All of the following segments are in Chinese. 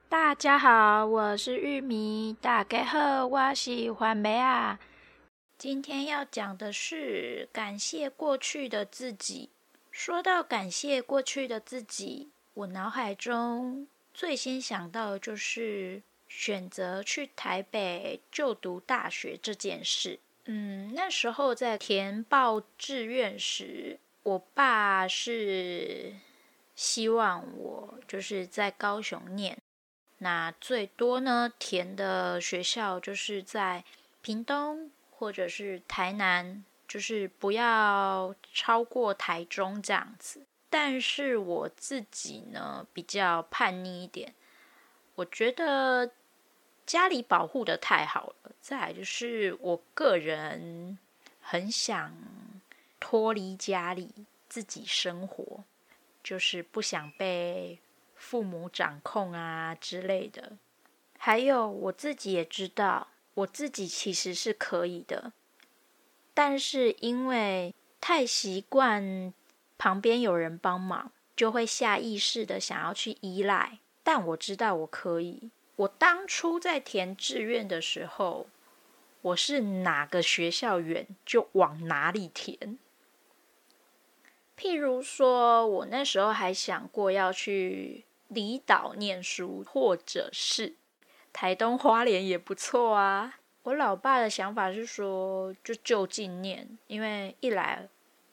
大家好，我是玉米，大家好，我是番梅啊。今天要讲的是感谢过去的自己。说到感谢过去的自己，我脑海中最先想到的就是选择去台北就读大学这件事。那时候在填报志愿时，我爸是希望我就是在高雄念。那最多呢，填的学校就是在屏东或者是台南，就是不要超过台中这样子。但是我自己呢比较叛逆一点，我觉得家里保护的太好了，再来就是我个人很想脱离家里自己生活，就是不想被父母掌控啊之类的。还有我自己也知道，我自己其实是可以的，但是因为太习惯旁边有人帮忙，就会下意识的想要去依赖。但我知道我可以。我当初在填志愿的时候，我是哪个学校远就往哪里填。譬如说，我那时候还想过要去离岛念书，或者是台东花莲也不错啊。我老爸的想法是说，就近念，因为一来，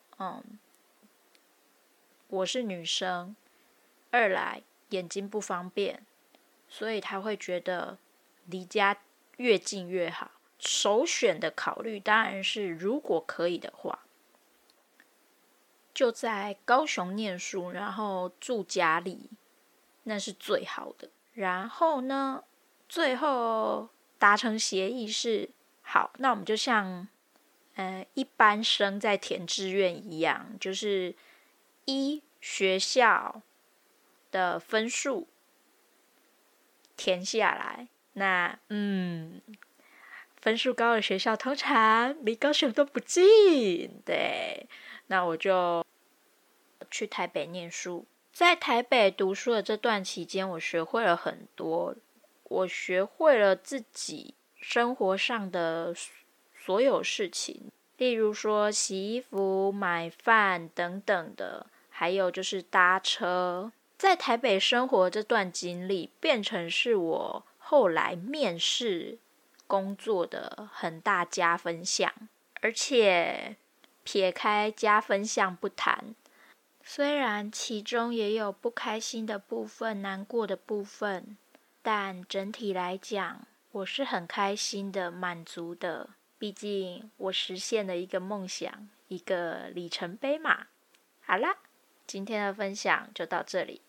我是女生，二来眼睛不方便，所以他会觉得离家越近越好。首选的考虑当然是，如果可以的话，就在高雄念书，然后住家里，那是最好的。然后呢，最后达成协议是，好，那我们就像一般生在填志愿一样，就是依学校的分数填下来。那分数高的学校通常离高雄都不近，对。那我就去台北念书。在台北读书的这段期间，我学会了很多。我学会了自己生活上的所有事情，例如说洗衣服、买饭等等的，还有就是搭车。在台北生活这段经历，变成是我后来面试工作的很大加分项。而且撇开加分项不谈，虽然其中也有不开心的部分、难过的部分，但整体来讲，我是很开心的、满足的。毕竟我实现了一个梦想，一个里程碑嘛。好啦，今天的分享就到这里。